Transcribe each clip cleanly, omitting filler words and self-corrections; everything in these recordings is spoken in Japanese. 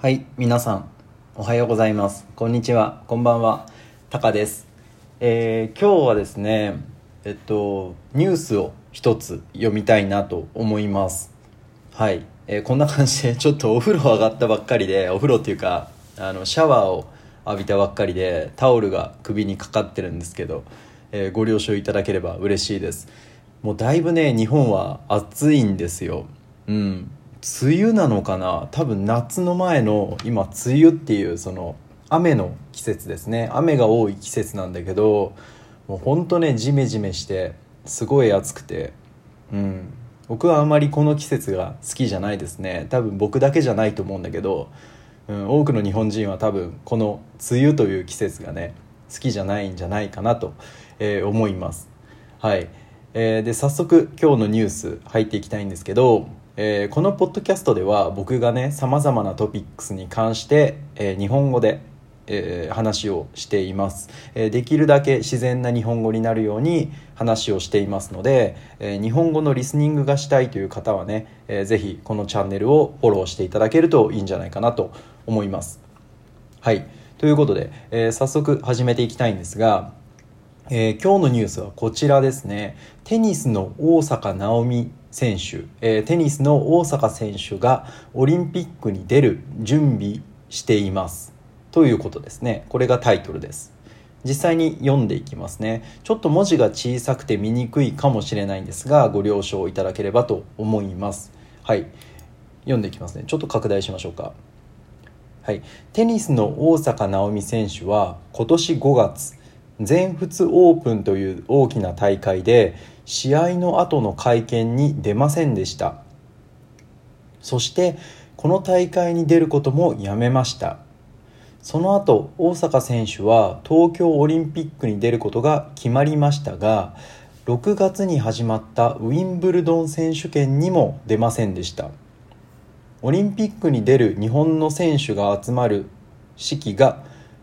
はい、皆さんおはようございます。こんにちは、こんばんは。タカです。今日はですね、ニュースを一つ読みたいなと思います。はい、こんな感じでちょっとお風呂上がったばっかりで、お風呂っていうかシャワーを浴びたばっかりでタオルが首にかかってるんですけど、ご了承いただければ嬉しいです。もうだいぶね、日本は暑いんですよ。梅雨なのかな、多分夏の前の今梅雨っていうその雨の季節ですね。雨が多い季節なんだけど、もうほんとね、ジメジメしてすごい暑くて、僕はあまりこの季節が好きじゃないですね。多分僕だけじゃないと思うんだけど、多くの日本人は多分この梅雨という季節がね好きじゃないんじゃないかなと、思います。はい、で早速今日のニュース入っていきたいんですけど、このポッドキャストでは僕がねさまざまなトピックスに関して、日本語で、話をしています。できるだけ自然な日本語になるように話をしていますので、日本語のリスニングがしたいという方はね、ぜひこのチャンネルをフォローしていただけるといいんじゃないかなと思います。はい、ということで、早速始めていきたいんですが、今日のニュースはこちらですね。テニスの大坂なおみ選手、テニスの大坂選手がオリンピックに出る準備していますということですね。これがタイトルです。実際に読んでいきますね。ちょっと文字が小さくて見にくいかもしれないんですが、ご了承いただければと思います。はい、読んでいきますね。ちょっと拡大しましょうか。はい、テニスの大坂なおみ選手は今年5月全仏オープンという大きな大会で試合の後の会見に出ませんでした。そしてこの大会に出ることもやめました。その後大坂選手は東京オリンピックに出ることが決まりましたが、6月に始まったウィンブルドン選手権にも出ませんでした。オリンピックに出る日本の選手が集まる式が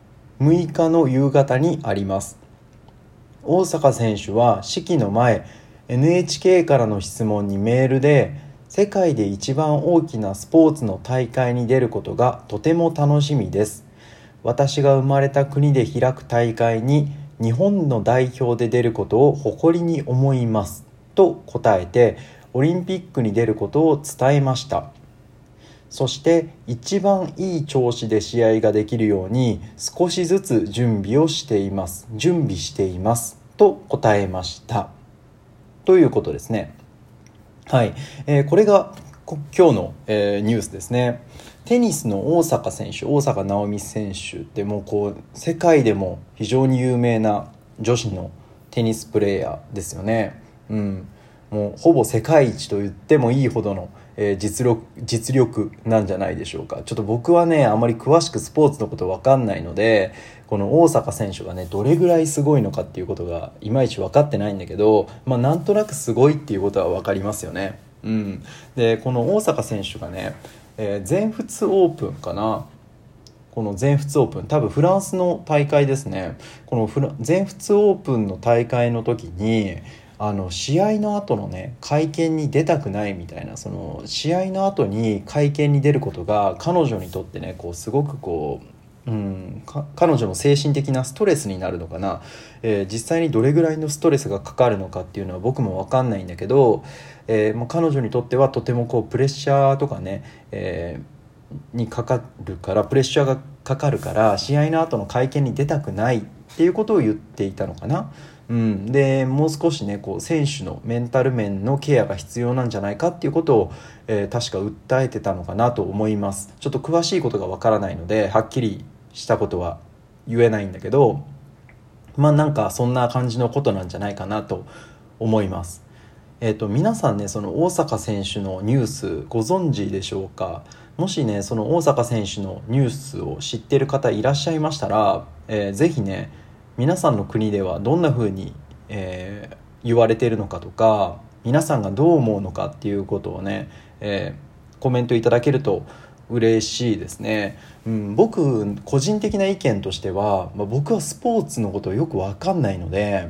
6日の夕方にあります。大坂選手は式の前、NHK からの質問にメールで、世界で一番大きなスポーツの大会に出ることがとても楽しみです。私が生まれた国で開く大会に日本の代表で出ることを誇りに思いますと答えて、オリンピックに出ることを伝えました。そして一番いい調子で試合ができるように少しずつ準備していますと答えましたということですね。はい、これが今日の、ニュースですね。テニスの大坂選手、大坂なおみ選手ってもう世界でも非常に有名な女子のテニスプレーヤーですよね。もうほぼ世界一と言ってもいいほどの実力なんじゃないでしょうか。ちょっと僕はねあまり詳しくスポーツのこと分かんないので、この大坂選手がねどれぐらいすごいのかっていうことがいまいち分かってないんだけど、なんとなくすごいっていうことは分かりますよね。でこの大坂選手がね、全仏オープンかな、この全仏オープン多分フランスの大会ですね。この全仏オープンの大会の時に試合の後のね会見に出たくないみたいな、その試合の後に会見に出ることが彼女にとってねすごく彼女の精神的なストレスになるのかな、実際にどれぐらいのストレスがかかるのかっていうのは僕も分かんないんだけど、彼女にとってはとてもプレッシャーとかね、にかかるからプレッシャーがかかるから試合の後の会見に出たくないっていうことを言っていたのかな。でもう少しね選手のメンタル面のケアが必要なんじゃないかっていうことを、確か訴えてたのかなと思います。ちょっと詳しいことがわからないのではっきりしたことは言えないんだけど、なんかそんな感じのことなんじゃないかなと思います。皆さんねその大坂選手のニュースご存知でしょうか。もしねその大坂選手のニュースを知っている方いらっしゃいましたら、ぜひね皆さんの国ではどんな風に、言われているのかとか、皆さんがどう思うのかっていうことをね、コメントいただけると嬉しいですね。僕個人的な意見としては、僕はスポーツのことをよく分かんないので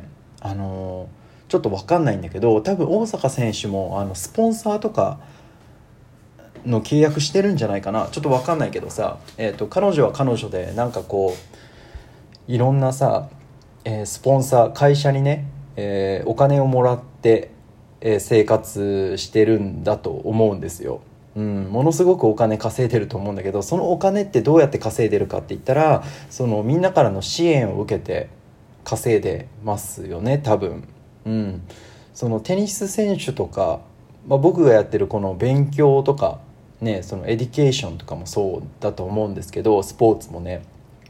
ちょっと分かんないんだけど、多分大坂選手もスポンサーとかの契約してるんじゃないかな、ちょっと分かんないけどさ、彼女は彼女でなんかこういろんなさ、スポンサー会社にね、お金をもらって、生活してるんだと思うんですよ。ものすごくお金稼いでると思うんだけど、そのお金ってどうやって稼いでるかって言ったら、そのみんなからの支援を受けて稼いでますよね多分。そのテニス選手とか、僕がやってるこの勉強とかね、そのエデュケーションとかもそうだと思うんですけど、スポーツもね、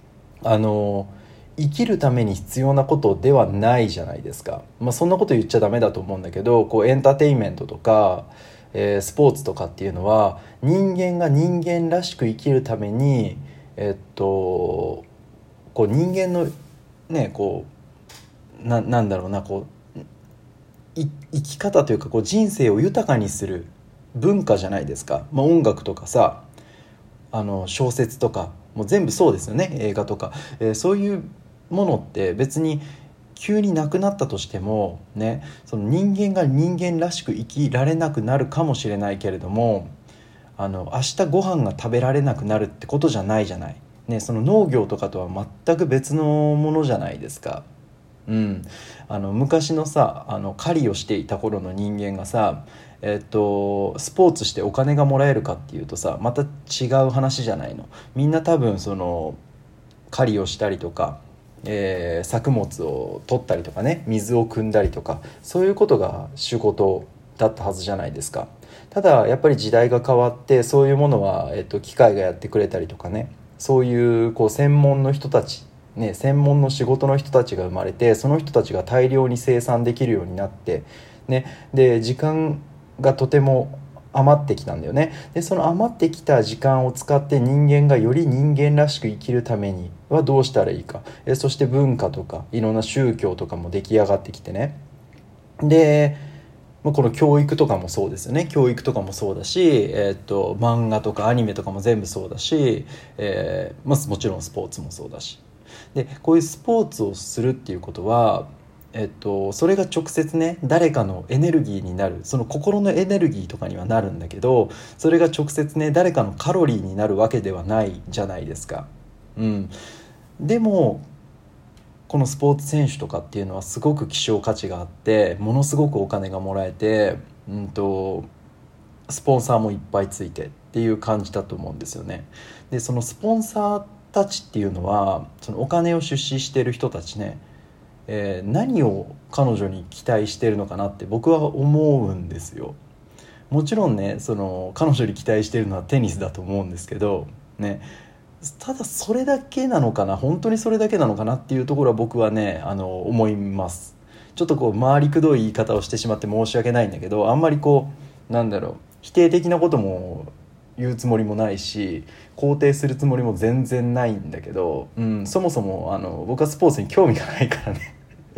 生きるために必要なことではないじゃないですか。そんなこと言っちゃダメだと思うんだけど、こうエンターテインメントとか、スポーツとかっていうのは人間が人間らしく生きるために、こう人間のね、こうなんだろうな、こう生き方というか、こう人生を豊かにする文化じゃないですか。音楽とかさ、小説とかもう全部そうですよね、映画とか、そういうものって別に急になくなったとしてもね、その人間が人間らしく生きられなくなるかもしれないけれども、明日ご飯が食べられなくなるってことじゃないじゃない、ね、その農業とかとは全く別のものじゃないですか。昔のさ、狩りをしていた頃の人間がさ、スポーツしてお金がもらえるかっていうとさ、また違う話じゃないの。みんな多分その狩りをしたりとか、作物を取ったりとかね、水を汲んだりとか、そういうことが仕事だったはずじゃないですか。ただやっぱり時代が変わって、そういうものは、機械がやってくれたりとかね、そういうこう専門の人たちね、専門の仕事の人たちが生まれて、その人たちが大量に生産できるようになって、ね、で時間がとても余ってきたんだよね。でその余ってきた時間を使って人間がより人間らしく生きるためにはどうしたらいいか、そして文化とかいろんな宗教とかも出来上がってきてね。でこの教育とかもそうですよね。教育とかもそうだし、漫画とかアニメとかも全部そうだし、もちろんスポーツもそうだし、でこういうスポーツをするっていうことは、それが直接ね誰かのエネルギーになる、その心のエネルギーとかにはなるんだけど、それが直接ね誰かのカロリーになるわけではないじゃないですか。でもこのスポーツ選手とかっていうのはすごく希少価値があって、ものすごくお金がもらえて、スポンサーもいっぱいついてっていう感じだと思うんですよね。でそのスポンサーたちっていうのは、そのお金を出資している人たちね、何を彼女に期待してるのかなって僕は思うんですよ。もちろんね、その彼女に期待してるのはテニスだと思うんですけどね、ただそれだけなのかな、本当にそれだけなのかなっていうところは僕はね思います。ちょっとこう回りくどい言い方をしてしまって申し訳ないんだけど、あんまりこう否定的なことも言うつもりもないし、肯定するつもりも全然ないんだけど、そもそも僕はスポーツに興味がないからね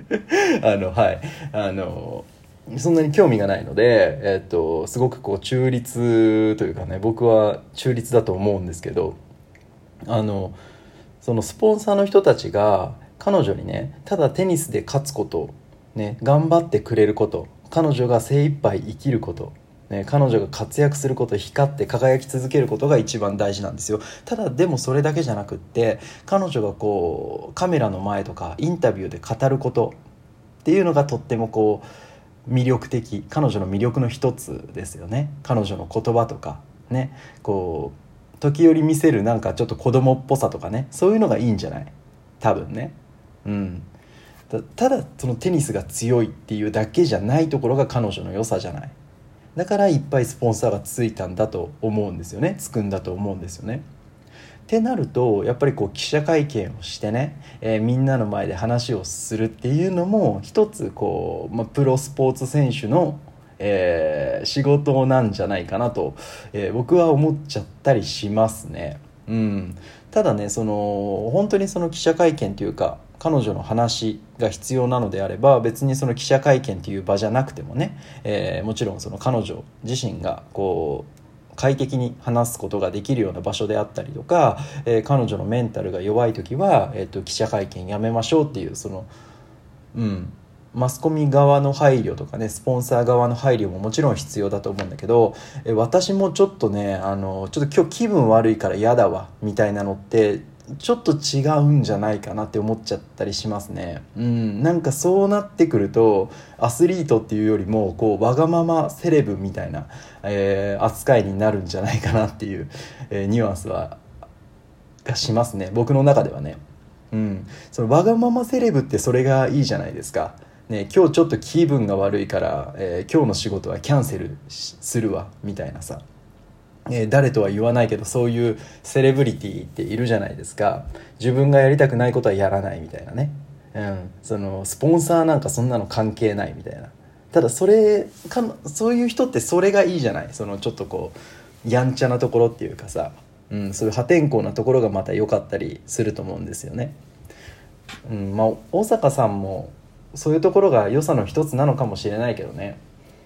そんなに興味がないので、すごくこう中立というかね、僕は中立だと思うんですけど、そのスポンサーの人たちが彼女にね、ただテニスで勝つこと、ね、頑張ってくれること、彼女が精一杯生きること、ね、彼女が活躍すること、光って輝き続けることが一番大事なんですよ。ただでもそれだけじゃなくって、彼女がこうカメラの前とかインタビューで語ることっていうのがとってもこう魅力的、彼女の魅力の一つですよね。彼女の言葉とかね、こう時折見せるなんかちょっと子供っぽさとかね、そういうのがいいんじゃない、多分ね。ただそのテニスが強いっていうだけじゃないところが彼女の良さじゃない。だからいっぱいスポンサーがついたんだと思うんですよね、つくんだと思うんですよね。ってなるとやっぱりこう記者会見をしてね、みんなの前で話をするっていうのも一つこう、プロスポーツ選手の、仕事なんじゃないかなと、僕は思っちゃったりしますね。ただね、本当にその記者会見というか彼女の話が必要なのであれば、別にその記者会見という場じゃなくてもね、もちろんその彼女自身がこう快適に話すことができるような場所であったりとか、彼女のメンタルが弱い時は、記者会見やめましょうっていうマスコミ側の配慮とかね、スポンサー側の配慮ももちろん必要だと思うんだけど、私もちょっとね、ちょっと今日気分悪いから嫌だわみたいなのってちょっと違うんじゃないかなって思っちゃったりしますね。なんかそうなってくるとアスリートっていうよりもこうわがままセレブみたいな、扱いになるんじゃないかなっていう、ニュアンスがしますね、僕の中ではね。そのわがままセレブってそれがいいじゃないですか、ね、今日ちょっと気分が悪いから、今日の仕事はキャンセルするわみたいなさ、誰とは言わないけどそういうセレブリティっているじゃないですか。自分がやりたくないことはやらないみたいなね、そのスポンサーなんかそんなの関係ないみたいな。ただそういう人ってそれがいいじゃない、そのちょっとこうやんちゃなところっていうかさ、そういう破天荒なところがまた良かったりすると思うんですよね。大坂さんもそういうところが良さの一つなのかもしれないけどね。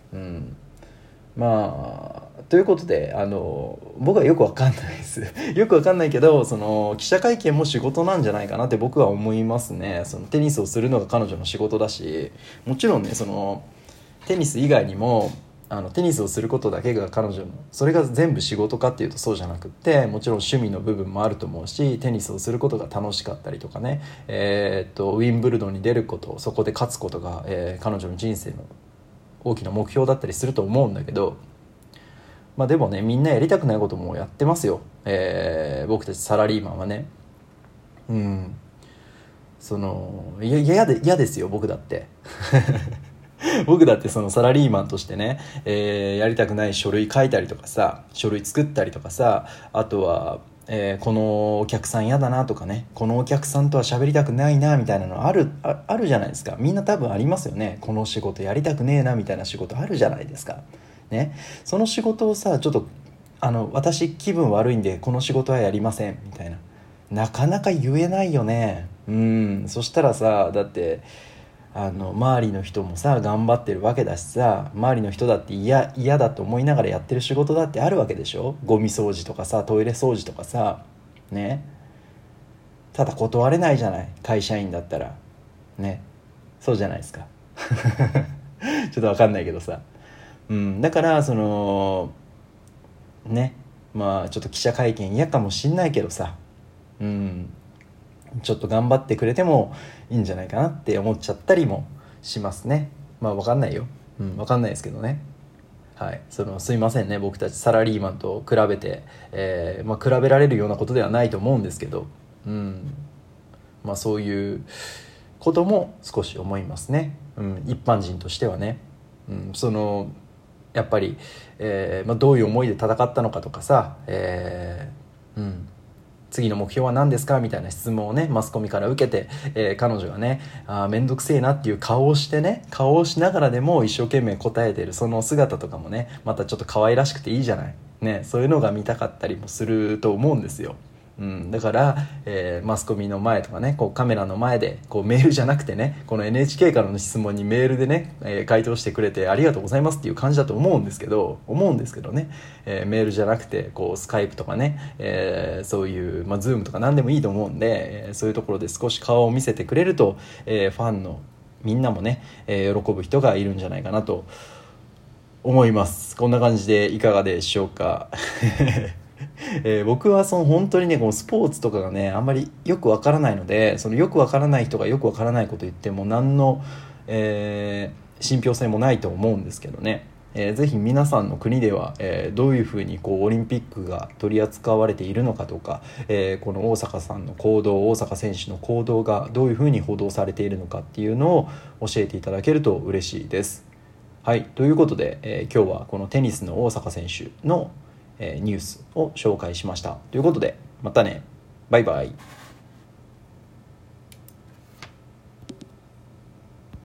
ということで僕はよくわかんないですよくわかんないけど、その記者会見も仕事なんじゃないかなって僕は思いますね。そのテニスをするのが彼女の仕事だし、もちろんね、そのテニス以外にもテニスをすることだけが彼女のそれが全部仕事かっていうとそうじゃなくって、もちろん趣味の部分もあると思うし、テニスをすることが楽しかったりとかね、ウィンブルドンに出ること、そこで勝つことが、彼女の人生の大きな目標だったりすると思うんだけど、でもね、みんなやりたくないこともやってますよ、僕たちサラリーマンはね。嫌ですよ僕だって僕だってそのサラリーマンとしてね、やりたくない書類書いたりとかさ、書類作ったりとかさ、あとは、このお客さん嫌だなとかね、このお客さんとは喋りたくないなみたいなのあるじゃないですか。みんな多分ありますよね。この仕事やりたくねえなみたいな仕事あるじゃないですかね。その仕事をさ、ちょっと私気分悪いんでこの仕事はやりませんみたいな、なかなか言えないよね。そしたらさ、だって周りの人もさ頑張ってるわけだしさ、周りの人だって嫌だと思いながらやってる仕事だってあるわけでしょ。ゴミ掃除とかさ、トイレ掃除とかさね。ただ断れないじゃない、会社員だったらね。そうじゃないですかちょっと分かんないけどさ、だからそのね、ちょっと記者会見嫌かもしんないけどさ、ちょっと頑張ってくれてもいいんじゃないかなって思っちゃったりもしますね。分かんないよ、分かんないですけどね。はい、すいませんね、僕たちサラリーマンと比べて、比べられるようなことではないと思うんですけど、そういうことも少し思いますね、一般人としてはね。やっぱり、どういう思いで戦ったのかとかさ、次の目標は何ですかみたいな質問をね、マスコミから受けて、彼女がね、めんどくせえなっていう顔をしてね、顔をしながらでも一生懸命答えてるその姿とかもね、またちょっと可愛らしくていいじゃないね。そういうのが見たかったりもすると思うんですよ。だから、マスコミの前とかね、こうカメラの前でこうメールじゃなくてね、この NHK からの質問にメールでね、回答してくれてありがとうございますっていう感じだと思うんですけどね、メールじゃなくてこうスカイプとかね、そういう、ズームとか何でもいいと思うんで、そういうところで少し顔を見せてくれると、ファンのみんなもね、喜ぶ人がいるんじゃないかなと思います。こんな感じでいかがでしょうか僕は本当にね、このスポーツとかがねあんまりよくわからないので、そのよくわからない人がよくわからないこと言っても何の、信憑性もないと思うんですけどね。ぜひ皆さんの国では、どういうふうにオリンピックが取り扱われているのかとか、この大坂さんの行動、大坂選手の行動がどういうふうに報道されているのかっていうのを教えていただけると嬉しいです。はい、ということで、今日はこのテニスの大坂選手のニュースを紹介しましたということで、またね、バイバイ。